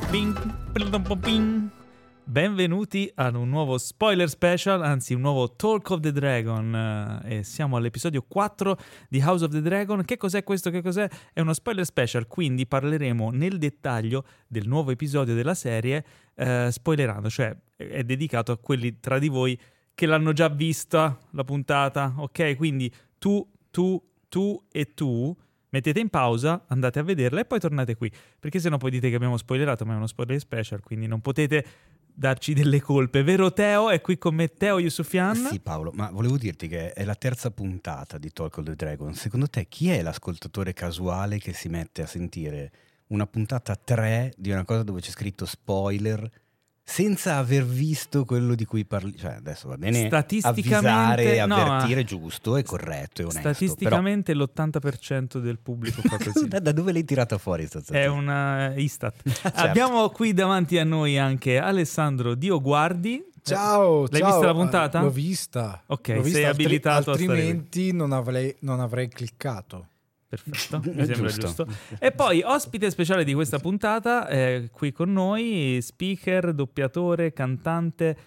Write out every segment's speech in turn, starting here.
Benvenuti ad un nuovo spoiler special, anzi un nuovo Talk of the Dragon, e siamo all'episodio 4 di House of the Dragon. Che cos'è questo? Che cos'è? È uno spoiler special, quindi parleremo nel dettaglio del nuovo episodio della serie, spoilerando, cioè è dedicato a quelli tra di voi che l'hanno già vista la puntata, ok? Quindi tu e tu mettete in pausa, andate a vederla e poi tornate qui, perché sennò poi dite che abbiamo spoilerato, ma è uno spoiler special, quindi non potete darci delle colpe, vero Teo? È qui con me Teo Yusufian. Sì Paolo, ma volevo dirti che è la terza puntata di Talk of the Dragon. Secondo te chi è l'ascoltatore casuale che si mette a sentire una puntata 3 di una cosa dove c'è scritto spoiler senza aver visto quello di cui parli? Cioè adesso va bene avvisare, avvertire, giusto e corretto e onesto. Statisticamente però l'80% del pubblico fa così. Da dove l'hai tirata fuori? È una Istat. Certo. Abbiamo qui davanti a noi anche Alessandro Dioguardi. Ciao, L'hai vista la puntata? L'ho vista. Ok, l'ho vista, sei abilitato altrimenti non avrei cliccato. Perfetto, mi sembra giusto. E poi ospite speciale di questa puntata qui con noi, speaker, doppiatore, cantante,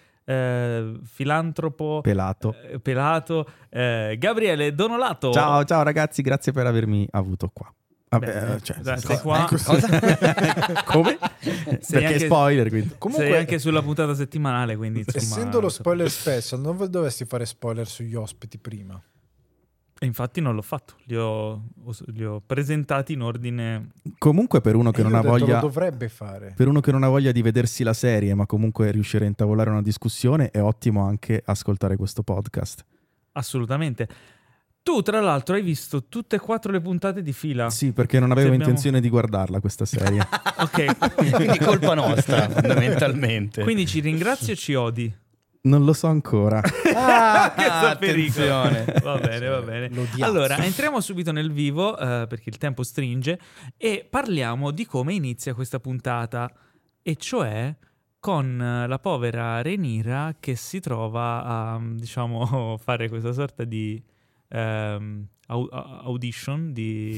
filantropo, pelato, Gabriele Donolato. Ciao ragazzi, grazie per avermi avuto qua. Vabbè, sei qua. Cosa? Come? Perché anche, spoiler, quindi. Comunque, sei anche sulla puntata settimanale, quindi insomma, essendo lo spoiler special, non dovresti fare spoiler sugli ospiti prima. E infatti non l'ho fatto, li ho presentati in ordine. Comunque per uno che non ha voglia, lo dovrebbe fare. Per uno che non ha voglia di vedersi la serie, ma comunque riuscire a intavolare una discussione, è ottimo anche ascoltare questo podcast. Assolutamente. Tu tra l'altro hai visto tutte e 4 le puntate di fila. Sì, perché non avevo intenzione di guardarla questa serie. Ok. Quindi colpa nostra, fondamentalmente. Quindi ci ringrazi o ci odi? Non lo so ancora. Attenzione. Va bene. Allora, entriamo subito nel vivo, perché il tempo stringe, e parliamo di come inizia questa puntata, e cioè con la povera Rhaenyra che si trova a, diciamo, fare questa sorta di audition,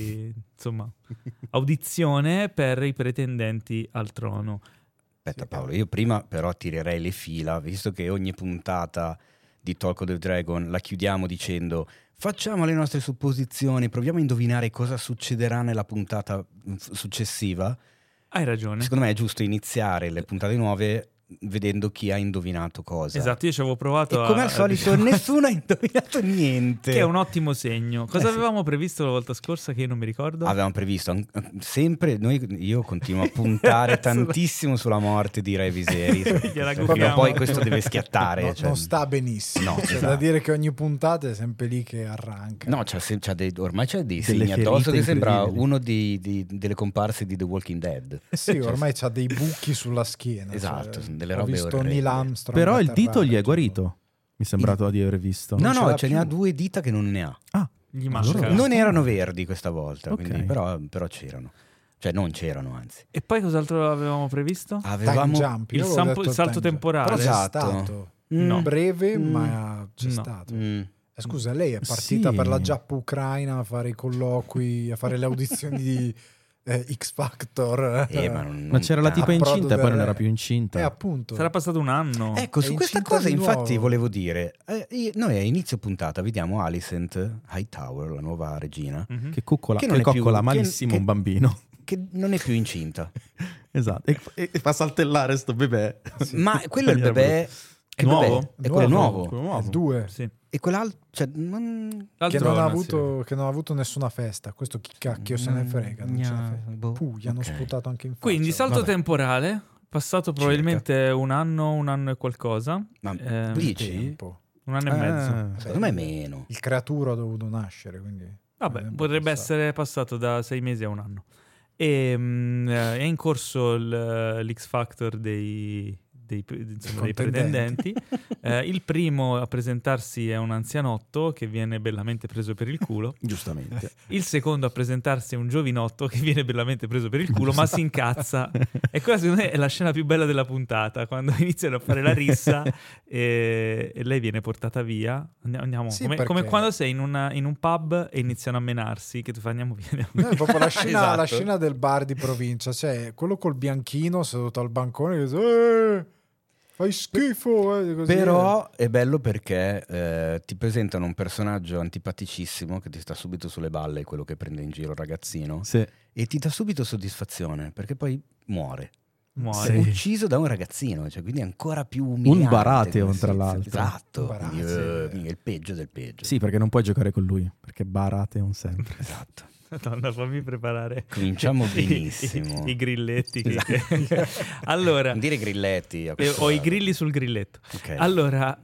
audizione per i pretendenti al trono. Aspetta Paolo, io prima però tirerei le fila, visto che ogni puntata di Talk of the Dragon la chiudiamo dicendo facciamo le nostre supposizioni, proviamo a indovinare cosa succederà nella puntata successiva. Hai ragione. Secondo me è giusto iniziare le puntate nuove vedendo chi ha indovinato cosa. Esatto, io ci avevo provato e come al solito nessuno ha indovinato niente. Che è un ottimo segno. Cosa avevamo previsto la volta scorsa che io non mi ricordo? Avevamo previsto sempre, io continuo a puntare tantissimo sulla morte di Re Viserys. Prima poi questo deve schiattare. No, non sta benissimo. C'è da dire che ogni puntata è sempre lì che arranca. No, ormai c'è dei segni addosso che sembra uno delle comparse di The Walking Dead. Sì, ormai c'ha dei buchi sulla schiena. Esatto, cioè, delle ho robe visto orrende. Neil Armstrong. Però il dito gli è guarito. Mi è sembrato di aver visto. No, ce ne ha 2 dita che non ne ha. Gli manca. Non erano verdi questa volta, Okay. quindi, però c'erano. Cioè non c'erano, anzi. E poi cos'altro avevamo previsto? Avevamo Time jump. Il salto temporale. Però c'è Esatto. stato. No. Breve, ma c'è No. stato. Scusa, lei è partita Sì. per la Giappa Ucraina a fare i colloqui, a fare le audizioni di X Factor. Ma c'era la tipa Approdo incinta e poi del non era re. più incinta. Appunto. Sarà passato un anno. Ecco, È su questa incinta cosa di infatti nuovo. volevo dire, noi a inizio puntata vediamo Alicent Hightower, la nuova regina, Mhm. Che coccola, Che non che è più- coccola che- malissimo che- un bambino. che non è più incinta. Esatto. E fa saltellare sto bebè. Ma quello è il bebè... È il Nuovo? bebè, è quello nuovo. Quello È nuovo. 2. Sì. E quell'altro... Cioè, Che L'altro non, è ha una che non ha avuto nessuna festa. Questo chi cacchio se ne frega. Non c'è la festa. Gli hanno ok. sputato anche in faccia. Quindi salto Vabbè. temporale, passato probabilmente un anno e qualcosa. Ma Dici? dici? Un anno e mezzo. Secondo me è meno. Il creaturo ha dovuto nascere, quindi... Vabbè, potrebbe essere passato da 6 mesi a un anno. E è in corso l'X Factor dei Contendenti. pretendenti. Il primo a presentarsi è un anzianotto che viene bellamente preso per il culo. Giustamente. Il secondo a presentarsi è un giovinotto che viene bellamente preso per il culo, ma si incazza. E quella secondo me è la scena più bella della puntata, quando iniziano a fare la rissa e lei viene portata via. Andiamo. Sì, Come perché- quando sei in un pub e iniziano a menarsi, che tu fai andiamo via. No, è proprio Esatto. la scena del bar di provincia, cioè quello col bianchino seduto al bancone che dice fai schifo, così. Però è bello perché ti presentano un personaggio antipaticissimo che ti sta subito sulle balle, quello che prende in giro il ragazzino, Sì. e ti dà subito soddisfazione perché poi muore. Muore. Sì. Ucciso da un ragazzino, cioè quindi è ancora più umiliante. Un Baratheon, come tra si- l'altro. Esatto, Un quindi, Baratheon. è il peggio del peggio. Sì, perché non puoi giocare con lui, perché Baratheon sempre. Esatto. Madonna, fammi preparare. Cominciamo i- benissimo. I grilletti. Esatto. Allora, Non dire grilletti. a ho questo i punto. grilli sul grilletto. Ok. Allora,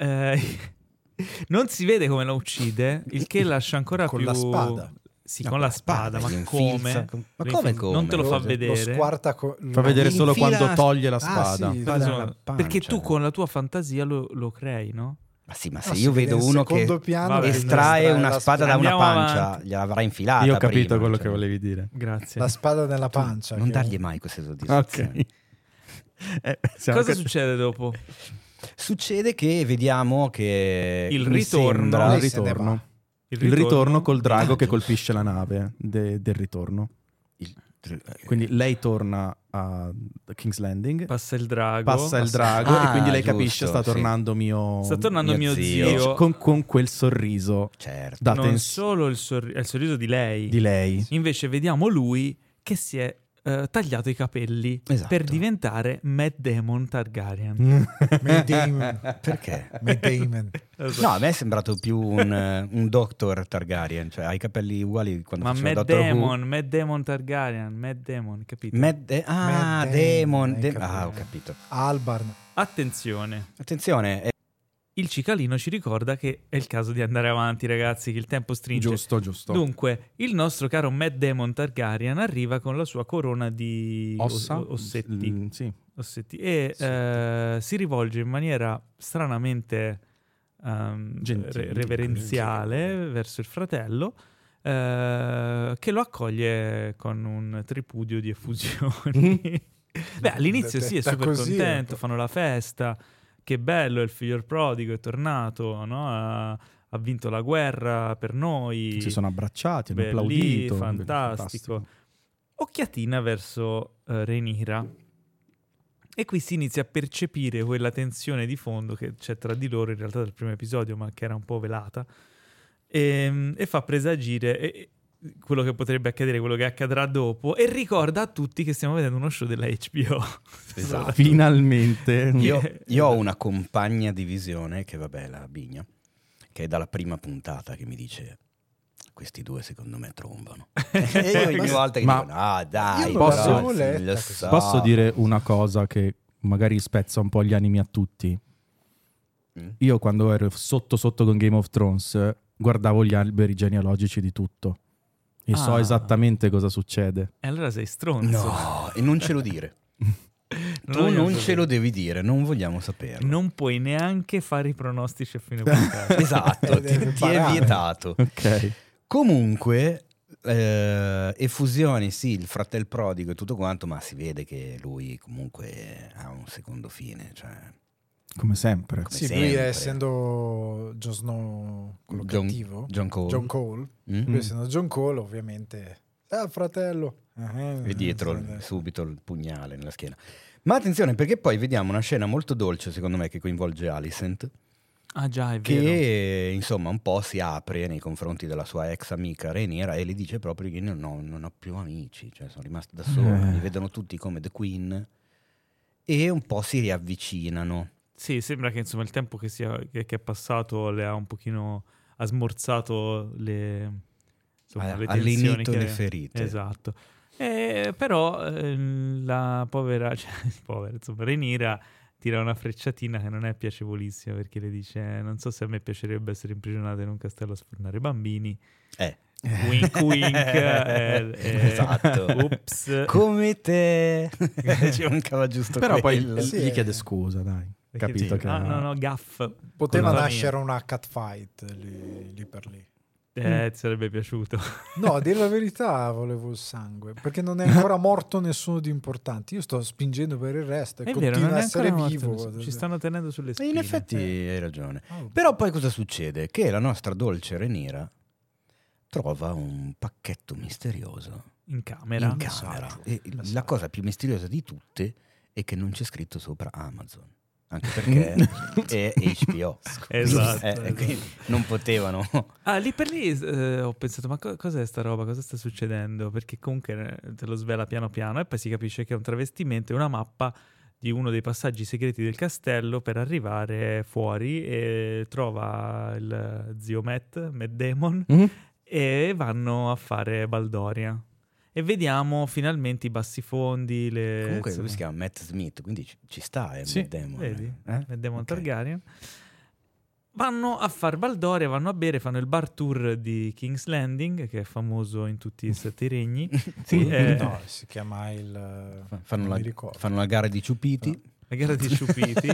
non si vede come lo uccide, il che lascia ancora Con più... la spada. Sì, No, con la spada, gli ma infilza come? con- Ma Lo come, infil- come? Non te lo fa Lo Lo vedere. squarta Fa vedere Gli solo infila- quando toglie la spada. sì. Spada nella pancia. Perché tu con la tua fantasia lo crei, no? Ma sì, ma se No, io si vede vedo in uno che secondo piano Vabbè, che estrae una la spada da una Andiamo pancia, avanti. gliel'avrà infilata. Io ho capito prima, quello cioè. che volevi dire. Grazie. La spada nella pancia. Non che- dargli mai queste soddisfazioni. Ok. Cosa succede dopo? Succede che vediamo che Il mi ritorno. sembra- Il Lei se ne ritorno. va. Il ritorno col drago Ah, che giusto. colpisce la nave del ritorno. il- Quindi lei torna a King's Landing, Passa il drago. passa il drago Ah, e quindi lei giusto, capisce sta sì. tornando mio... Sta tornando mio mio zio. zio. con quel sorriso certo. da Non tens- solo è il sorriso di lei. di lei. Invece vediamo lui che si è tagliato i capelli Esatto. per diventare Matt Damon Targaryen. Matt Damon. Perché? Matt Damon. No, a me è sembrato più un Doctor Targaryen, cioè ha i capelli uguali quando Ma faceva Matt Doctor Who. Matt Damon Targaryen, Matt Damon, capito? Matt Matt Damon. Damon, hai capito. Ah, ho capito. Albarn. Attenzione, Attenzione, il cicalino ci ricorda che è il caso di andare avanti, ragazzi, che il tempo stringe. Giusto. Dunque, il nostro caro Matt Damon Targaryen arriva con la sua corona di Ossa? ossetti. Sì. Ossetti. E si rivolge in maniera stranamente Gentile, reverenziale verso il fratello, che lo accoglie con un tripudio di effusioni. Beh, all'inizio sì, è Detta super così, contento, ecco. fanno la festa, che bello, il figlio prodigo è tornato, no? Ha vinto la guerra per noi. Si sono abbracciati, hanno Belli, applaudito. fantastico. Occhiatina verso Rhaenyra. E qui si inizia a percepire quella tensione di fondo che c'è tra di loro in realtà dal primo episodio, ma che era un po' velata, e fa presagire quello che potrebbe accadere, quello che accadrà dopo, e ricorda a tutti che stiamo vedendo uno show della HBO. Esatto. Finalmente. io ho una compagna di visione, che vabbè, la Bigna, che è dalla prima puntata che mi dice: questi due secondo me trombano. E io ogni volta che Ma- dico: no dai, Io non però, l'avevo sì, letta lo così. so. Posso dire una cosa che magari spezza un po' gli animi a tutti? Mm? Io quando ero sotto con Game of Thrones guardavo gli alberi genealogici di tutto e so Ah. esattamente cosa succede. E allora sei stronzo. No, e non ce lo dire. Tu vogliamo non ce sapere. lo devi dire, non vogliamo saperlo. Non puoi neanche fare i pronostici a fine puntata. Esatto, ti è Imparare. vietato. Ok. Comunque, effusioni, sì, il fratello prodigo e tutto quanto, ma si vede che lui comunque ha un secondo fine. Cioè, Come sempre. Come Sì, lui sempre. essendo Jon Snow, quello cattivo, John Cole. John Cole, Mm? lui essendo John Cole ovviamente fratello. E dietro subito il pugnale nella schiena. Ma attenzione, perché poi vediamo una scena molto dolce, secondo me, che coinvolge Alicent, Ah già, è vero. che insomma un po' si apre nei confronti della sua ex amica Rhaenyra e le dice proprio che non ho più amici, cioè sono rimasto da solo, mi vedono tutti come The Queen, e un po' si riavvicinano. Sì, sembra che insomma il tempo che è passato le ha un pochino ha smorzato le tensioni Allenito che- le ferite. Esatto. Però la povera insomma Rhaenyra tira una frecciatina che non è piacevolissima, perché le dice: non so se a me piacerebbe essere imprigionata in un castello a sfornare bambini. Wink wink. Esatto. Ups. Come te. Ci mancava giusto Però poi quello. Sì. gli chiede scusa, dai. Capito che... No, gaff. Poteva Colpa nascere una catfight lì per lì. Ti sarebbe piaciuto. No, a dire la verità volevo il sangue, perché non è ancora morto nessuno di importante. Io sto spingendo per il resto e È vero, continua non a è essere ancora morto, vivo. ci stanno tenendo sulle E spine. in effetti hai ragione. Oh, Però poi cosa succede? Che la nostra dolce Rhaenyra trova un pacchetto misterioso In camera. in camera. Messaggio. E Messaggio. la cosa più misteriosa di tutte è che non c'è scritto sopra Amazon. Anche perché è HBO. Esatto. Quindi non potevano. Lì per lì ho pensato, ma cos'è sta roba? Cosa sta succedendo? Perché comunque te lo svela piano piano e poi si capisce che è un travestimento e una mappa di uno dei passaggi segreti del castello per arrivare fuori, e trova il zio Matt Damon, e vanno a fare Baldoria. E vediamo finalmente i bassifondi, Comunque insomma, lui si chiama Matt Smith, quindi ci sta, Sì, Matt Damon. vedi? Matt Damon Ok. Targaryen. Vanno a far Baldoria, vanno a bere, fanno il bar tour di King's Landing, che è famoso in tutti i 7 regni. Sì. No, si chiama il... Fanno non la, mi ricordo. fanno la gara di ciupiti. La gara di ciupiti.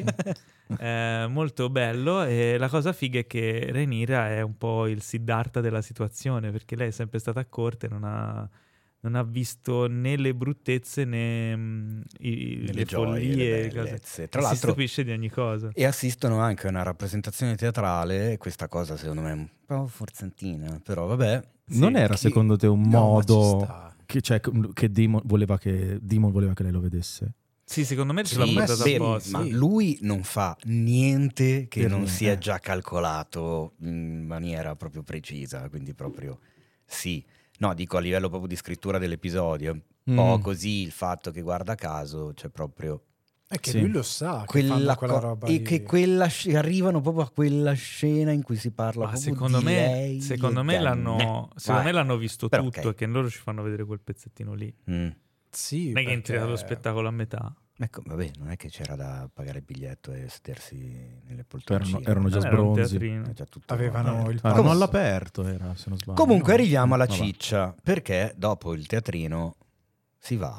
Molto bello, e la cosa figa è che Rhaenyra è un po' il Siddhartha della situazione, perché lei è sempre stata a corte, non ha visto né le bruttezze né Nelle le gioie, follie, le cose. bellezze. Tra E si l'altro stupisce di ogni cosa. e assistono anche a una rappresentazione teatrale, e questa cosa secondo me è un po' forzantina, però vabbè. Non era secondo te un No, ma ci modo sta. che Demon voleva che lei lo vedesse? Sì, secondo me ce Sì, l'ha ma portata sì, apposta. ma sì. lui non fa niente che Per non niente. sia già calcolato in maniera proprio precisa, quindi proprio sì. No, dico a livello proprio di scrittura dell'episodio, un po' così il fatto che guarda caso c'è proprio È che Sì. lui lo sa che fanno quella roba e lì. che arrivano proprio a quella scena in cui si parla Ma proprio secondo di me, lei secondo e me l'hanno vabbè. visto Però, tutto, ok. e che loro ci fanno vedere quel pezzettino lì. Sì, Non è che entri perché- dallo spettacolo a metà. Ecco, vabbè, non è che c'era da pagare il biglietto e sedersi nelle poltrone. Erano già Non era un sbronzi. teatrino. Avevano il Erano all'aperto, era, se non sbaglio. Comunque No. arriviamo alla Vabbè. ciccia, perché dopo il teatrino si va.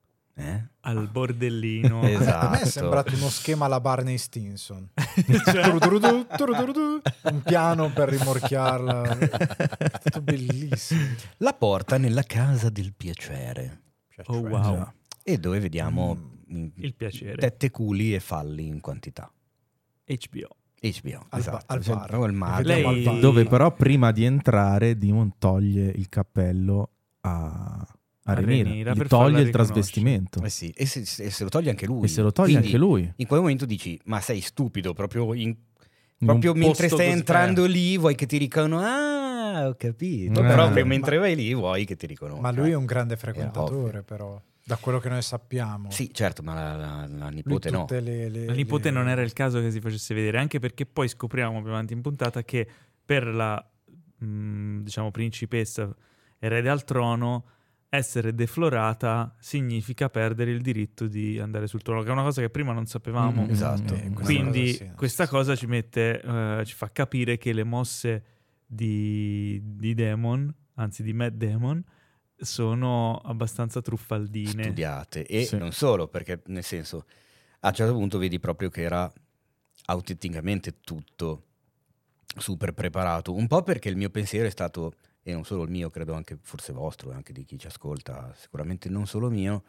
Al bordellino. Esatto. A me è sembrato uno schema alla Barney Stinson. Cioè, Turuturutu, turuturutu, un piano per rimorchiarla. È stato bellissimo. La porta nella casa del piacere, oh wow, e dove vediamo il piacere. tette, culi e falli in quantità. HBO. HBO, Al esatto. al Cioè, bar. proprio il mar. Lei- Vediamo al bar. Dove però prima di entrare Demon toglie il cappello a Rhaenyra. Rhaenyra Gli per farla toglie il riconoscere. trasvestimento. Sì, e se lo toglie anche lui. E se lo toglie Quindi, anche lui. in quel momento dici, ma sei stupido, proprio In proprio un mentre posto stai così- entrando lì vuoi che ti riconoscano. Ah, ho capito. Eh. Proprio Ma- mentre vai lì vuoi che ti riconoscano. Ma lui è un grande ovvio. frequentatore, però, da quello che noi sappiamo. Sì, certo, ma la Lui nipote no. tutte La nipote non era il caso che si facesse vedere, anche perché poi scopriamo più avanti in puntata che per la diciamo principessa erede al trono, essere deflorata significa perdere il diritto di andare sul trono, che è una cosa che prima non sapevamo. Esatto. Quindi cosa sì, questa sì, cosa sì. ci mette, ci fa capire che le mosse di Damon, anzi di Matt Damon, sono abbastanza truffaldine. Studiate. E Sì. non solo, perché nel senso, a un certo punto vedi proprio che era autenticamente tutto super preparato. Un po' perché il mio pensiero è stato, e non solo il mio, credo anche forse vostro, anche di chi ci ascolta, sicuramente non solo mio,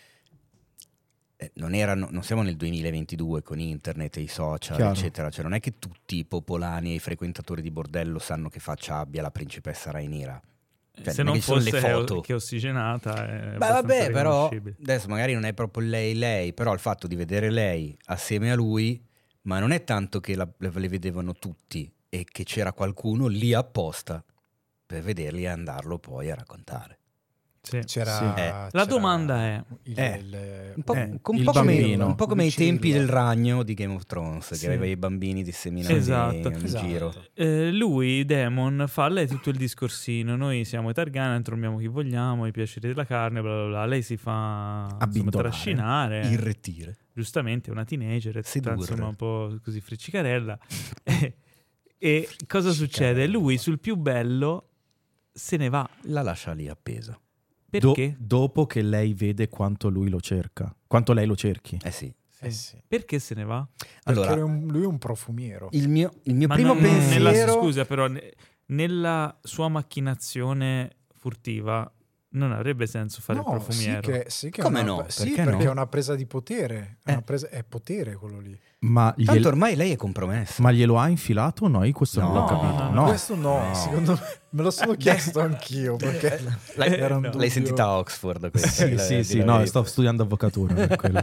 non siamo nel 2022 con internet e i social, Chiaro. eccetera. Cioè non è che tutti i popolani e i frequentatori di bordello sanno che faccia abbia la principessa Rhaenyra. Cioè, Se non è non che ci sono fosse le foto. che è ossigenata è Beh, abbastanza vabbè, però riconoscibile. adesso magari non è proprio lei, però il fatto di vedere lei assieme a lui, ma non è tanto che le vedevano tutti e che c'era qualcuno lì apposta per vederli e andarlo poi a raccontare. Sì. C'era, La domanda è, Un po', il come, bambino. i Lucillo. tempi del ragno di Game of Thrones, Sì. che aveva i bambini disseminati Esatto. in giro. lui, Damon, fa lei tutto il discorsino. Noi siamo i Targaryen, troviamo chi vogliamo, i piaceri della carne, bla bla bla. Lei si fa insomma, Abbindolare. trascinare. Irretire. Giustamente, è una teenager, è tutta, Sedurre. insomma, un po' così friccicarella. E cosa succede? Friccicarella. Lui, sul più bello, se ne va. La lascia lì appesa. Perché? Dopo che lei vede quanto lui lo cerca, quanto lei lo cerchi. Sì. Sì. Perché se ne va? Allora, Perché lui è un profumiero. il mio Ma primo non- pensiero... scusa, però nella sua macchinazione furtiva non avrebbe senso fare il profumiero. Sì che Come è no? una, sì, Perché perché no? è una presa di potere. È potere quello lì. Ma, Tanto ormai lei è compromessa. ma glielo ha infilato? Noi questo non No, l'ho capito. no. Questo no, secondo me me lo sono chiesto anch'io perché era un dubbio. L'hai sentita a Oxford questa? Sì, no, sto studiando avvocatura per quello.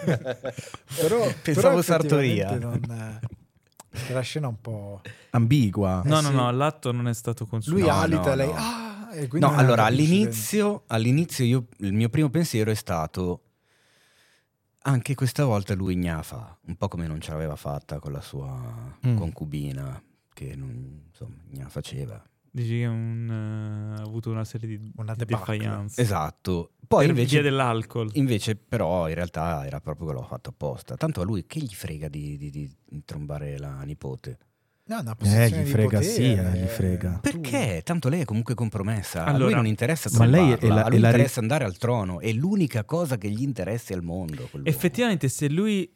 Pensavo però sartoria. effettivamente è la scena un po'... Ambigua. No, l'atto non è stato consumato. Lui No, alita no, lei... no. E quindi No, non allora capisce all'inizio il mio primo pensiero è stato anche questa volta lui gnafa, un po' come non ce l'aveva fatta con la sua concubina, che non, insomma, gna faceva. Dici che ha avuto una serie di defiance. Esatto. Poi Per via invece dell'alcol. Invece però in realtà era proprio che l'ho fatto apposta. Tanto a lui che gli frega di trombare la nipote? No, una posizione Gli di frega, potere, sì, gli frega. Perché? Tanto lei è comunque compromessa. A lui Allora, non interessa ma lei trombarla, a lui è la interessa andare al trono. È l'unica cosa che gli interessi al mondo. quell'uomo. Effettivamente, se lui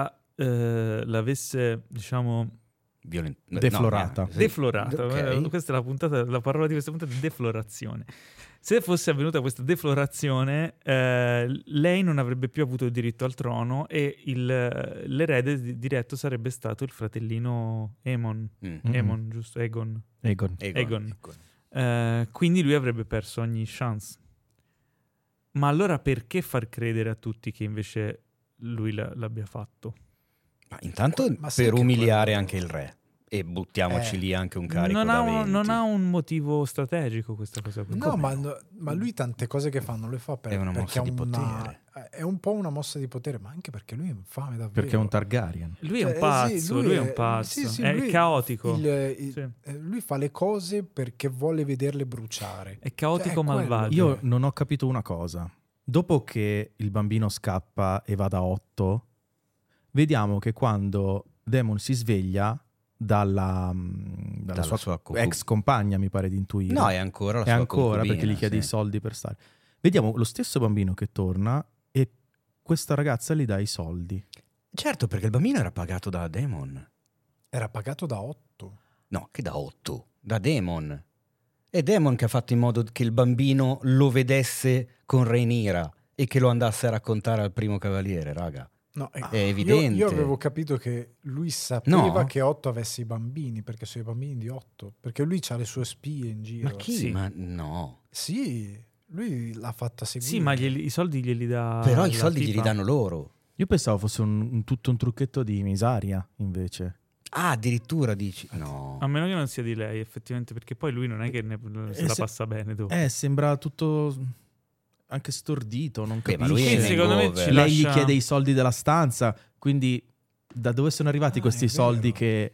l'avesse, diciamo, Deflorata. deflorata, Ok. questa è la parola di questa puntata è deflorazione. Se fosse avvenuta questa deflorazione, lei non avrebbe più avuto il diritto al trono e l'erede diretto sarebbe stato il fratellino Aemon. Aemon, giusto? Egon. Egon. Quindi lui avrebbe perso ogni chance. Ma allora perché far credere a tutti che invece lui l'abbia fatto? Ma intanto Ma sai per che umiliare quello- anche il re. E buttiamoci lì anche un carico Non da ha, 20. non ha un motivo strategico questa cosa qui. No, ma lui tante cose che fa non le fa È una perché mossa di potere. è un po' una mossa di potere, ma anche perché lui è infame davvero. Perché è un Targaryen. Lui è un Cioè, pazzo, sì, lui è un pazzo, sì, è lui- caotico. Sì. Lui fa le cose perché vuole vederle bruciare. È caotico Cioè, è quello. malvagio. Io non ho capito una cosa. Dopo che il bambino scappa e va da 8, vediamo che quando Daemon si sveglia dalla sua ex compagna, mi pare di intuire. No, è ancora la È sua ancora concubina, perché gli chiede sì. i soldi per stare. Vediamo lo stesso bambino che torna e questa ragazza gli dà i soldi. Certo, perché il bambino era pagato da Daemon. Era pagato da 8. No, che da 8, da Daemon. È Daemon che ha fatto in modo che il bambino lo vedesse con Rhaenyra e che lo andasse a raccontare al primo cavaliere, raga. No, È evidente. Io avevo capito che lui sapeva No. che 8 avesse i bambini, perché sono i bambini di 8. Perché lui ha le sue spie in giro. Ma chi? Sì. Ma no. Sì, lui l'ha fatta seguire. Sì, ma i soldi glieli dà. Però i la soldi tipa. glieli danno loro. Io pensavo fosse tutto un trucchetto di Misaria, invece. Ah, addirittura dici. No. A meno che non sia di lei, effettivamente, perché poi lui non è che se la se- passa bene dopo. Sembra tutto anche stordito, non Beh, ma capisce. lui è Sì, secondo me hangover. ci Lei gli lascia- chiede i soldi della stanza, quindi da dove sono arrivati questi è soldi vero.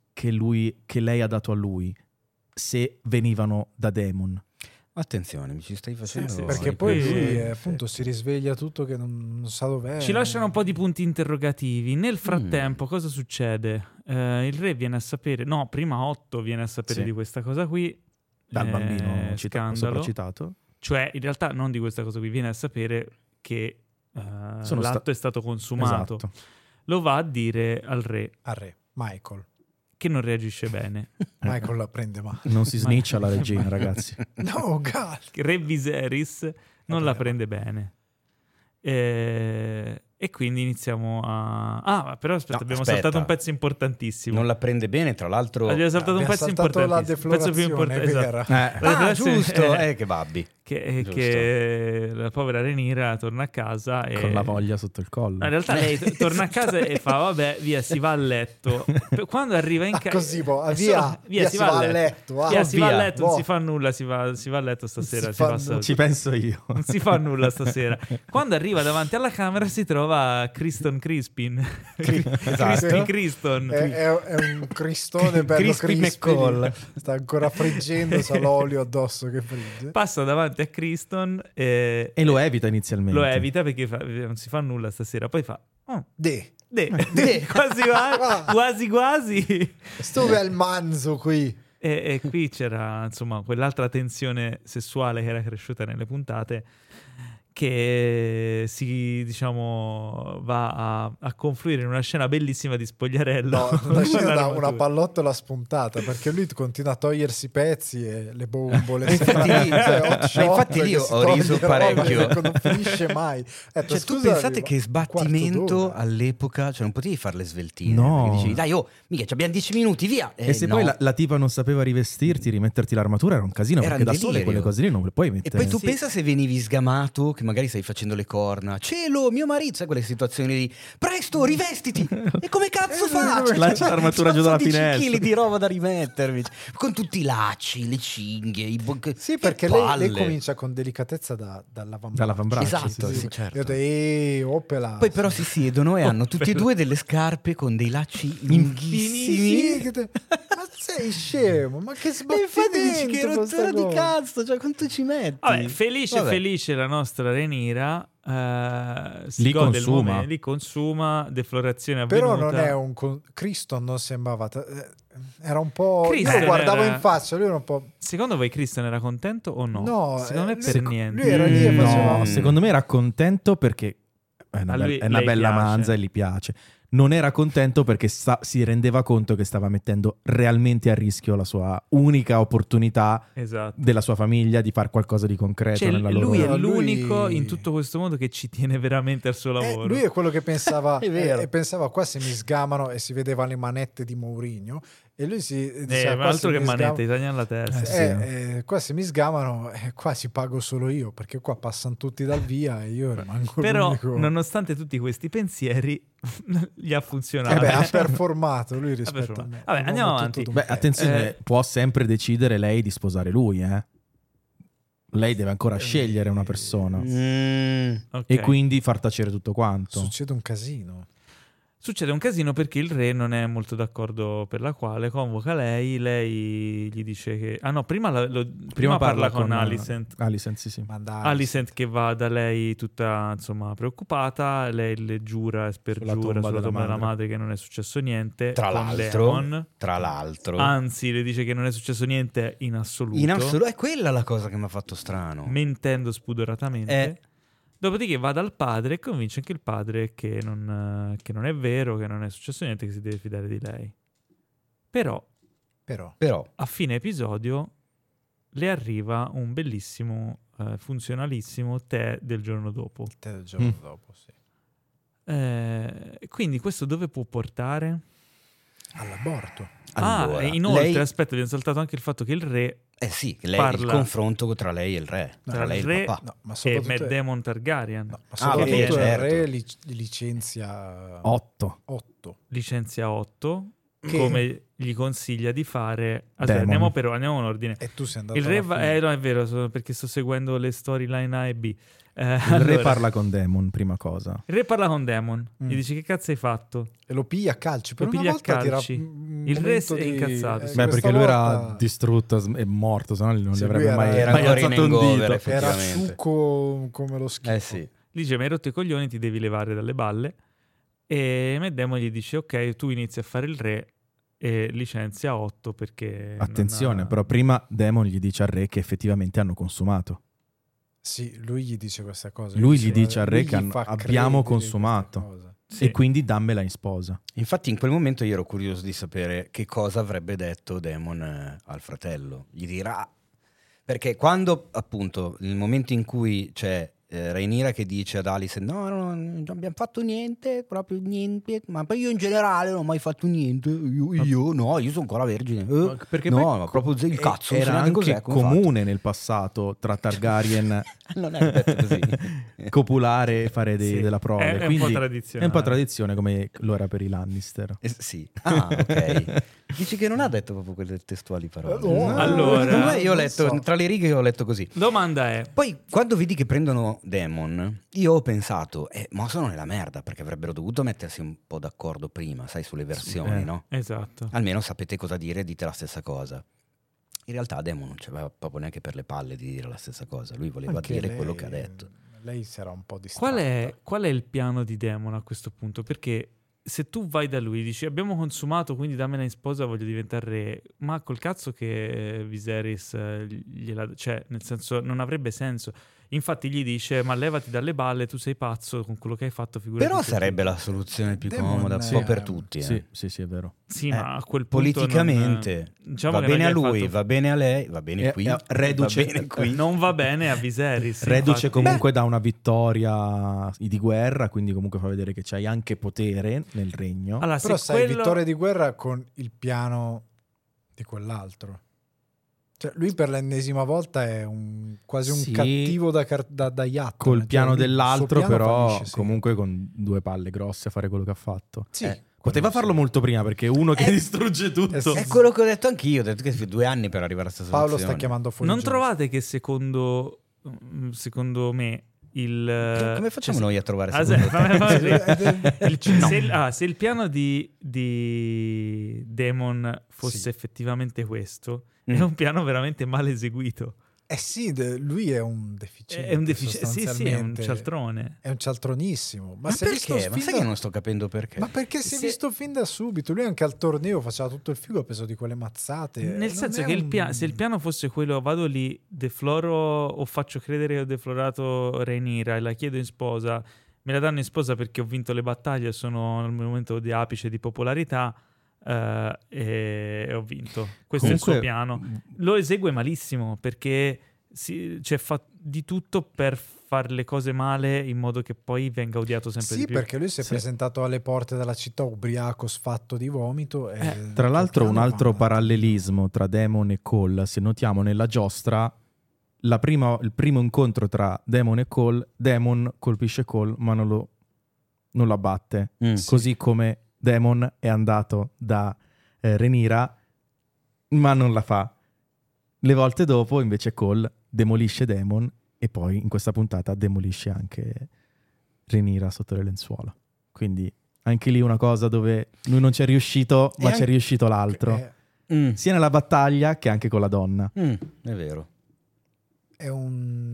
che lei ha dato a lui, se venivano da Daemon? Attenzione, mi ci stai facendo. sì, Perché poi Sì. lui appunto si risveglia tutto che non sa dov'è. Ci lasciano un po' di punti interrogativi. Nel frattempo, cosa succede? Il re viene a sapere, no, prima Otto viene a sapere Sì. di questa cosa qui. Dal bambino scandalo. sopracitato. Cioè, in realtà, non di questa cosa qui, viene a sapere che l'atto è stato consumato. Esatto. Lo va a dire al re, Al re, Michael. che non reagisce bene. Michael la prende male. Non si sniccia la regina, ragazzi. No, God. Re Viserys non la prende bene. E quindi iniziamo a... Ah, però aspetta, No, abbiamo aspetta. saltato un pezzo importantissimo. Non la prende bene, tra l'altro. Abbiamo saltato un Abbiamo pezzo saltato la importantissimo. Il pezzo più deflorazione, importante, è vera. La deflazione giusto, è che babbi. che la povera Rhaenyra torna a casa e... Con la voglia sotto il collo. No, in realtà lei torna a casa e fa vabbè, via, si va a letto. Quando arriva in casa così, via, si va a letto. Via, si va a via, letto, non boh. si fa nulla, si va a letto stasera, Si si fa passa- Ci penso io. non si fa nulla stasera. Quando arriva davanti alla camera si trova Criston Crispin. Esatto. Crispy Criston. È un cristone bello Crispy crispy. McCall. Sta ancora friggendo, sa l'olio addosso che frigge. Passa davanti a Criston e E lo evita inizialmente. lo evita perché non si fa nulla stasera. Poi fa... Oh, De, quasi quasi. Sto bel manzo qui. E qui c'era, insomma, quell'altra tensione sessuale che era cresciuta nelle puntate, che si, diciamo, va a confluire in una scena bellissima di spogliarello. No, una scena da una pallottola spuntata, perché lui continua a togliersi i pezzi e le bombole. Infatti lì ho riso parecchio. Non finisce mai. Cioè, tu pensate che sbattimento all'epoca, cioè non potevi farle sveltine? No. Perché dicevi, dai, mica, abbiamo 10 minuti, via. E se no. poi la tipa non sapeva rivestirti, rimetterti l'armatura, era un casino, Era perché un da sole delirio. quelle cose lì non le puoi mettere. E poi tu pensa se venivi sgamato, che magari stai facendo le corna, cielo, mio marito, sai quelle situazioni di presto, rivestiti, e come cazzo faccio? Lascia l'armatura giù dalla 10 finestra. chili di roba da rimettermi, con tutti i lacci, le cinghie, Sì, perché lei comincia con delicatezza dall'avambraccio. Dall'avambraccio, esatto, sì, sì, certo. Io dico, opela. Poi però si siedono e hanno tutti e due delle scarpe con dei lacci lunghissimi. Ma sei scemo? Ma che E infatti dici che sbattimento rottura questa di cosa? cazzo, cioè quanto ci metti? Vabbè, felice la nostra Renira, si gode il momento, li consuma, deflorazione avvenuta. Però non è un Criston, non sembrava era un po', Criston io lo guardavo era... in faccia, lui era un po'. Secondo voi Criston era contento o no? No, secondo me per niente. lui era lì e faceva No, secondo me era contento perché è una bella piace. manza e gli piace. Non era contento perché si rendeva conto che stava mettendo realmente a rischio la sua unica opportunità della sua famiglia di fare qualcosa di concreto, cioè, nella loro... lui è l'unico in tutto questo mondo che ci tiene veramente al suo lavoro. Lui è quello che pensava È vero. e pensava qua se mi sgamano, e si vedeva le manette di Mourinho e lui si diceva, ma altro che manette, tagliano la testa. qua se mi sgamano, qua si pago solo io, perché qua passano tutti dal via e io rimango Però l'unico. nonostante tutti questi pensieri gli ha funzionato. Ha performato lui rispetto a me. Vabbè, andiamo avanti. Beh, attenzione, può sempre decidere lei di sposare lui, Lei deve ancora scegliere una persona Okay. e quindi far tacere tutto quanto. Succede un casino. Succede un casino perché il re non è molto d'accordo, per la quale convoca lei gli dice che... Ah no, prima parla con Alicent. Alicent, sì. Alicent che va da lei tutta, insomma, preoccupata, lei le giura e spergiura sulla tomba della madre che non è successo niente. Tra l'altro. Anzi, le dice che non è successo niente in assoluto. In assoluto, è quella la cosa che mi ha fatto strano. Mentendo spudoratamente. Dopodiché va dal padre e convince anche il padre che non è vero, che non è successo niente, che si deve fidare di lei. Però a fine episodio le arriva un bellissimo, funzionalissimo tè del giorno dopo. Il tè del giorno dopo, sì. Quindi questo dove può portare? All'aborto. Allora, e inoltre, aspetta, abbiamo saltato anche il fatto che il re... sì, che lei, il confronto tra lei e il re, tra lei il re papà. No, ma e Matt Damon Targaryen. No, ma soprattutto il re licenzia 8. Licenzia 8, che... come gli consiglia di fare. Aspetta, andiamo in ordine. E tu sei andato il re no, è vero, perché sto seguendo le storyline A e B. Il re parla con Damon, prima cosa. Il re parla con Damon, gli dice che cazzo hai fatto? E lo piglia a calci. Per lo piglia a calci. Il re è incazzato. Beh, perché lui era distrutto e morto, se no non gli avrebbe mai alzato un dito. Era succo come lo schifo. Sì. Gli dice, mi hai rotto i coglioni, ti devi levare dalle balle. E Matt Damon gli dice, ok, tu inizi a fare il re e licenzia 8 perché... Attenzione, però prima Damon gli dice al re che effettivamente hanno consumato. Sì, lui gli dice questa cosa. Lui gli dice al re che abbiamo consumato. Sì. E quindi dammela in sposa. Infatti in quel momento io ero curioso di sapere che cosa avrebbe detto Damon al fratello. Gli dirà... Perché quando appunto nel momento in cui c'è Rhaenyra che dice ad Alice no, non abbiamo fatto niente, proprio niente, ma poi io in generale non ho mai fatto niente, io sono ancora vergine, perché no, ma proprio il cazzo era anche comune nel passato tra Targaryen non è detto così copulare e fare della prole, è un po' tradizione, è un po' tradizione come lo era per i Lannister. Sì, ok. Dici che non ha detto proprio quelle testuali parole. No. Allora, io ho letto tra le righe, ho letto così. Domanda è: poi quando vedi che prendono Damon, io ho pensato, ma sono nella merda, perché avrebbero dovuto mettersi un po' d'accordo prima, sai, sulle versioni, no? Esatto. Almeno sapete cosa dire, dite la stessa cosa. In realtà Damon non c'aveva proprio neanche per le palle di dire la stessa cosa, lui voleva anche dire lei, quello che ha detto. Lei sarà un po' distratta. Qual è il piano di Damon a questo punto? Perché se tu vai da lui, dici abbiamo consumato, quindi dammela in sposa, voglio diventare re, ma col cazzo che Viserys cioè nel senso non avrebbe senso. Infatti gli dice ma levati dalle balle, tu sei pazzo con quello che hai fatto, figurati. Però sarebbe la soluzione più Demon comoda un po' per tutti. Sì, è vero. Sì, ma a quel punto politicamente diciamo va che bene a non gli hai lui, fatto- va bene a lei, va bene qui, reduce- va bene qui. non va bene a Viserys. Reduce infatti. comunque da una vittoria di guerra, quindi comunque fa vedere che c'hai anche potere nel regno. Allora, Però se sai, quello- vittoria di guerra con il piano di quell'altro. Cioè, lui per l'ennesima volta è quasi un Sì, cattivo da Yacht. Col piano lui, il suo dell'altro, piano però fallisce, sì. comunque con due palle grosse a fare quello che ha fatto. Sì, Poteva farlo molto prima, perché uno che distrugge tutto. sì. È quello che ho detto anch'io, ho detto che 2 anni per arrivare a questa soluzione. Paolo sta chiamando fuori Non Geoff. trovate che secondo me il... Come facciamo noi a trovare Ah, secondo te? se il piano di Demon fosse Sì. effettivamente questo, è un piano veramente mal eseguito. Sì, lui è un deficiente. È un deficiente, sì, è un sostanzialmente. cialtrone. È un cialtronissimo. Ma si è visto perché? Ma fin sai da- che non sto capendo perché? Ma perché si è Se- visto fin da subito? Lui anche al torneo faceva tutto il figo a peso di quelle mazzate. Nel Non senso è che se il piano fosse quello, vado lì, defloro o faccio credere che ho deflorato Rhaenyra e la chiedo in sposa, me la danno in sposa perché ho vinto le battaglie, sono nel momento di apice di popolarità e ho vinto. Questo è il suo Comunque- piano. Lo esegue malissimo perché fa di tutto per fare le cose male in modo che poi venga odiato sempre Sì, di più. perché lui si è Sì. presentato alle porte della città ubriaco, sfatto di vomito. E Tra l'altro, il un piano altro va- parallelismo tra Daemon e Cole, se notiamo nella giostra, il primo incontro tra Daemon e Cole, Daemon colpisce Cole ma non lo abbatte. Così come Daemon è andato da Rhaenyra ma non la fa. Le volte dopo invece Cole demolisce Daemon e poi in questa puntata demolisce anche Rhaenyra sotto le lenzuola. Quindi anche lì una cosa dove lui non ci è riuscito ma ci è riuscito l'altro. Sia nella battaglia che anche con la donna. È vero. È un...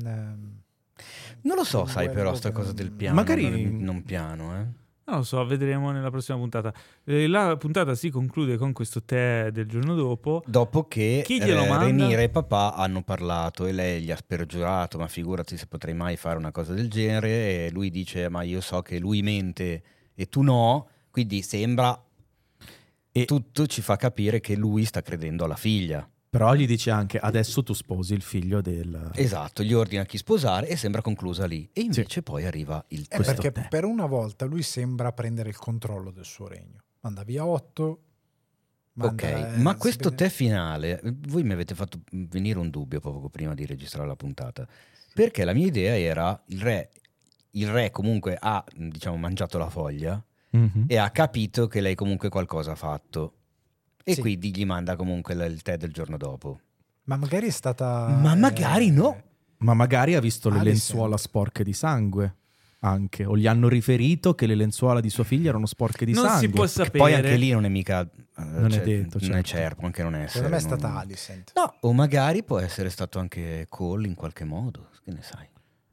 Non lo so, un sai, duello però sta che cosa non- del piano. Magari- non piano, Non lo so, vedremo nella prossima puntata. La puntata si conclude con questo tè del giorno dopo. Dopo che Chi glielo manda? Rhaenyra e papà hanno parlato e lei gli ha spergiurato, ma figurati se potrei mai fare una cosa del genere, e lui dice ma io so che lui mente e tu no, quindi sembra, e tutto ci fa capire che lui sta credendo alla figlia. Però gli dice anche adesso tu sposi il figlio del... Esatto, gli ordina chi sposare e sembra conclusa lì. E invece poi arriva il Questo perché tè. per una volta lui sembra prendere il controllo del suo regno. Manda via 8. Ok, ma questo tè finale, voi mi avete fatto venire un dubbio poco prima di registrare la puntata, perché la mia idea era il re comunque ha, diciamo, mangiato la foglia Mhm. e ha capito che lei comunque qualcosa ha fatto e Sì. quindi gli manda comunque il tè del giorno dopo. Ma magari è stata... Ma magari no. Ma magari ha visto le Alicent. lenzuola sporche di sangue anche, o gli hanno riferito che le lenzuola di sua figlia erano sporche di Non sangue. si può Che sapere. poi anche lì non è mica... Non è detto, non è certo. certo, anche non essere. Secondo me è non- stata Alicent. No, o magari può essere stato anche Cole in qualche modo, che ne sai.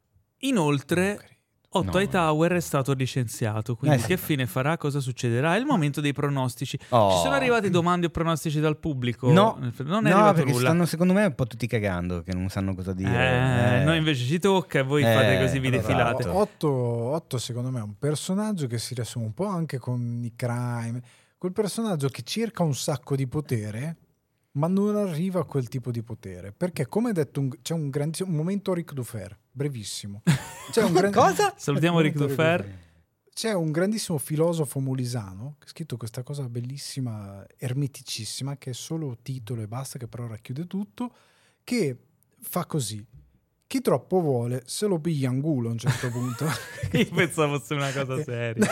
Inoltre, Otto No. Hightower è stato licenziato, quindi sì. che fine farà? Cosa succederà? È il momento dei pronostici. Oh. Ci sono arrivate domande o pronostici dal pubblico? No, Non è no, arrivato perché nulla. stanno secondo me un po' tutti cagando, che non sanno cosa dire. Noi invece ci tocca e voi fate così, vi allora, defilate. esatto. Otto secondo me è un personaggio che si riassume un po' anche con i crime, quel personaggio che cerca un sacco di potere ma non arriva a quel tipo di potere, perché come detto c'è un grandissimo un momento Ric Dufer, brevissimo. C'è un Cosa? Salutiamo Ric Dufer. C'è un grandissimo filosofo molisano che ha scritto questa cosa bellissima, ermeticissima, che è solo titolo e basta, che però racchiude tutto, che fa così: chi troppo vuole se lo piglia in culo a un certo punto. Io pensavo fosse una cosa seria.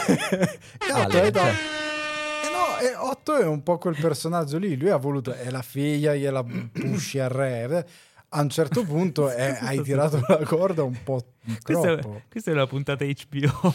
Otto è un po' quel personaggio lì, lui ha voluto, è la figlia, gliela pusci al re, a un certo punto hai tirato la corda un po' troppo. Questa è la puntata HBO.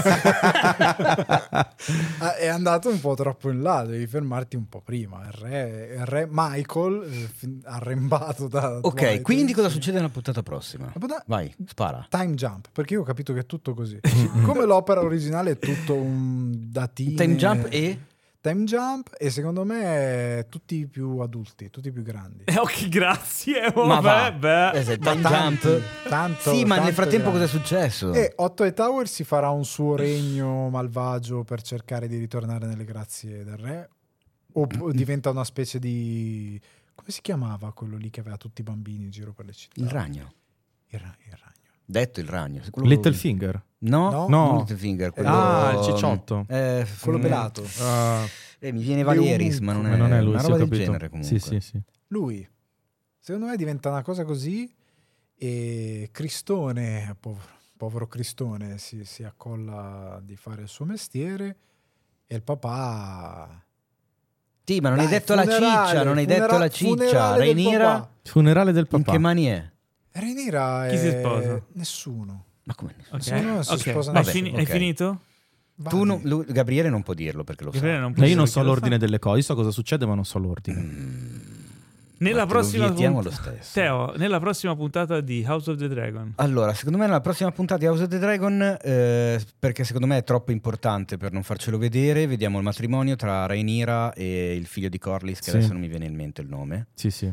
È andato un po' troppo in là, devi fermarti un po' prima. Il re Michael arrembato da Ok, Dwight. quindi cosa succede nella puntata prossima? Vai, spara. Time jump, perché io ho capito che è tutto così. Come l'opera originale è tutto un datine. Time jump e secondo me tutti più adulti, tutti più grandi. Ok, grazie. Ma va. Beh. Time jump. Tanto, Sì, ma nel tanto frattempo grandi. cosa è successo? E Otto Hightower si farà un suo regno malvagio per cercare di ritornare nelle grazie del re, o diventa una specie di... come si chiamava quello lì che aveva tutti i bambini in giro per le città? Il ragno. Il ragno. Detto il ragno. Littlefinger. No, No. Littlefinger. Il cicciotto. Quello pelato. Mi viene Valieris, ma non è lui, una sì, roba ho del capito. genere comunque. Sì. Lui, secondo me diventa una cosa così e Cristone, povero Cristone, si accolla di fare il suo mestiere e il papà... Sì, ma non Dai, hai detto la ciccia, non hai detto la ciccia. funerale del Rhaenyra, papà. Funerale del in papà. che mani è? Rhaenyra Chi si sposa? Nessuno. Ma come? Ok. Secondo me si Ok. sposa Hai, nessuno. hai ok. finito? Vai. Gabriele non può dirlo perché lo Gabriele sa. non può Io non dire so chi lo l'ordine fa. delle cose, io so cosa succede ma non so l'ordine. Nella Ma te lo prossima vietiamo lo stesso. Teo, nella prossima puntata di House of the Dragon. Allora, secondo me nella prossima puntata di House of the Dragon, perché secondo me è troppo importante per non farcelo vedere, vediamo il matrimonio tra Rhaenyra e il figlio di Corlys, che Sì. adesso non mi viene in mente il nome. Sì.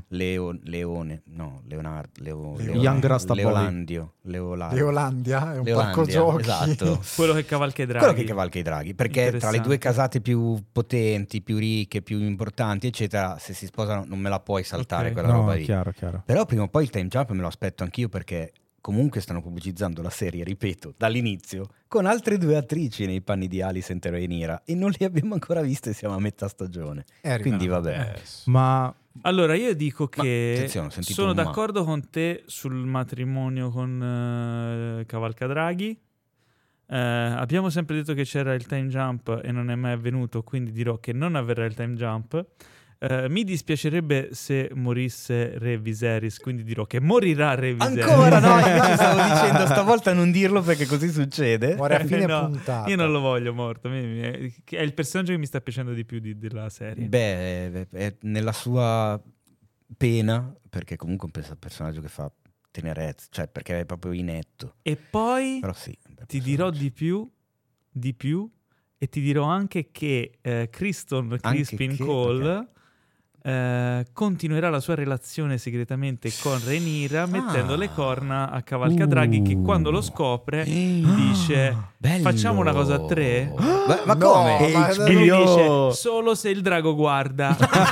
Leolandio. Leolandia è un Leolandia, parco giochi. esatto. Quello che cavalca i draghi. Quello che cavalca i draghi, perché tra le due Interessante. casate più potenti, più ricche, più importanti, eccetera, se si sposano non me la puoi saltare Ok. quella No, roba lì. chiaro. Però prima o poi il time jump me lo aspetto anch'io, perché comunque stanno pubblicizzando la serie, ripeto, dall'inizio, con altre 2 attrici nei panni di Alicent e Rhaenyra, e non li abbiamo ancora viste, siamo a metà stagione. Quindi vabbè. Ma Allora, io dico che attenzione, ho sentito sono un ma. d'accordo con te sul matrimonio con Cavalcadraghi. Abbiamo sempre detto che c'era il time jump e non è mai avvenuto, quindi dirò che non avverrà il time jump. Mi dispiacerebbe se morisse Re Viserys, quindi dirò che morirà Re Viserys. Ancora no, invece stavo dicendo stavolta non dirlo perché così succede. Muore a fine No, puntata. io non lo voglio morto. È il personaggio che mi sta piacendo di più della serie. Beh, è nella sua pena, perché comunque è un personaggio che fa tenerezza, cioè perché è proprio inetto. E poi Però sì, un bel ti dirò personaggio. di più, e ti dirò anche che Crispin che? Cole continuerà la sua relazione segretamente con Rhaenyra, mettendo le corna a Cavalcadraghi, che quando lo scopre dice Bello. facciamo una cosa a 3. Ma No, come? ma- E lui dice solo se il drago guarda.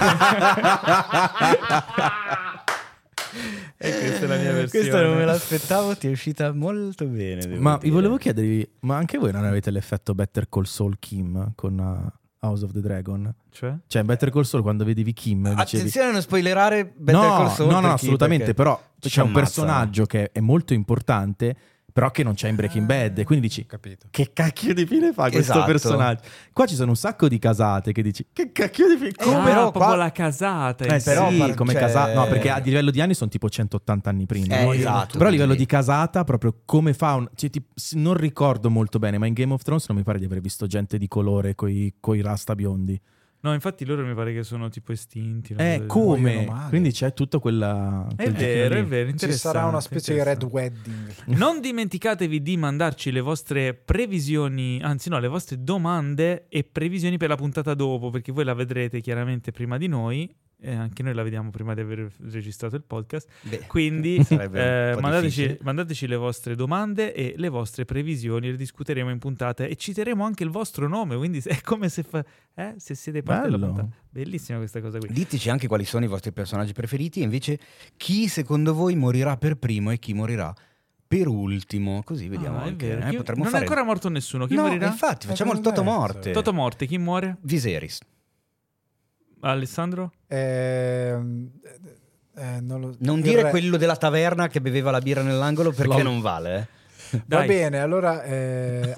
E questa è la mia versione. Questa non me l'aspettavo, ti è uscita molto bene. devo Ma vi dire. volevo chiedervi, ma anche voi non avete l'effetto Better Call Saul Kim con House of the Dragon? Cioè? Cioè in Better Call Saul quando vedevi Kim dicevi... Attenzione a non spoilerare Better Call Saul. no, per chi- assolutamente, perché però ci c'è un ammazzano. personaggio che è molto importante, però che non c'è in Breaking Bad, e quindi dici Capito. che cacchio di fine fa questo Esatto. personaggio? Qua ci sono un sacco di casate che dici che cacchio di fine... Come però proprio qua- la casata. però sì, come cioè- casata, no, perché a livello di anni sono tipo 180 anni prima, no? esatto, Però a livello quindi- di casata, proprio come fa cioè, non ricordo molto bene, ma in Game of Thrones non mi pare di aver visto gente di colore coi rasta biondi. No, infatti loro mi pare che sono tipo estinti. una cosa del Come? Muoiono male. Quindi c'è tutto quella... È quel vero, giro è lì. vero, Ci interessante. sarà una specie di red interessante. wedding. Non dimenticatevi di mandarci le vostre previsioni, anzi no, le vostre domande e previsioni per la puntata dopo, perché voi la vedrete chiaramente prima di noi, e anche noi la vediamo prima di aver registrato il podcast. Beh, Quindi sarebbe un po' difficile. mandateci le vostre domande e le vostre previsioni, le discuteremo in puntata e citeremo anche il vostro nome, quindi è come se, se siete parte della Bello. puntata. Bellissima questa cosa qui. Diteci anche quali sono i vostri personaggi preferiti, e invece chi secondo voi morirà per primo e chi morirà per ultimo, così vediamo Ah, è anche. vero. Potremmo non fare... è ancora morto nessuno. Chi no, morirà? infatti, facciamo il Toto Esatto. Morte. Toto morte, chi muore? Viserys. Alessandro? Non, Non il dire re- quello della taverna che beveva la birra nell'angolo, perché non vale. Va Dai. bene, allora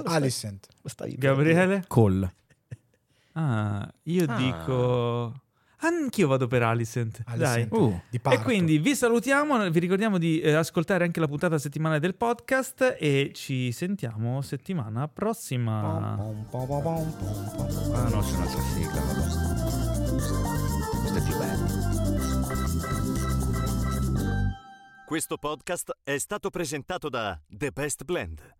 Alicent. Stai- Gabriele? Cole. Io dico... Anch'io vado per Alicent. Dai. Di parto. E quindi vi salutiamo, vi ricordiamo di ascoltare anche la puntata settimanale del podcast e ci sentiamo settimana prossima. Ah no, c'è un'altra sigla, vabbè. Questa è più bella. Questo podcast è stato presentato da The Best Blend.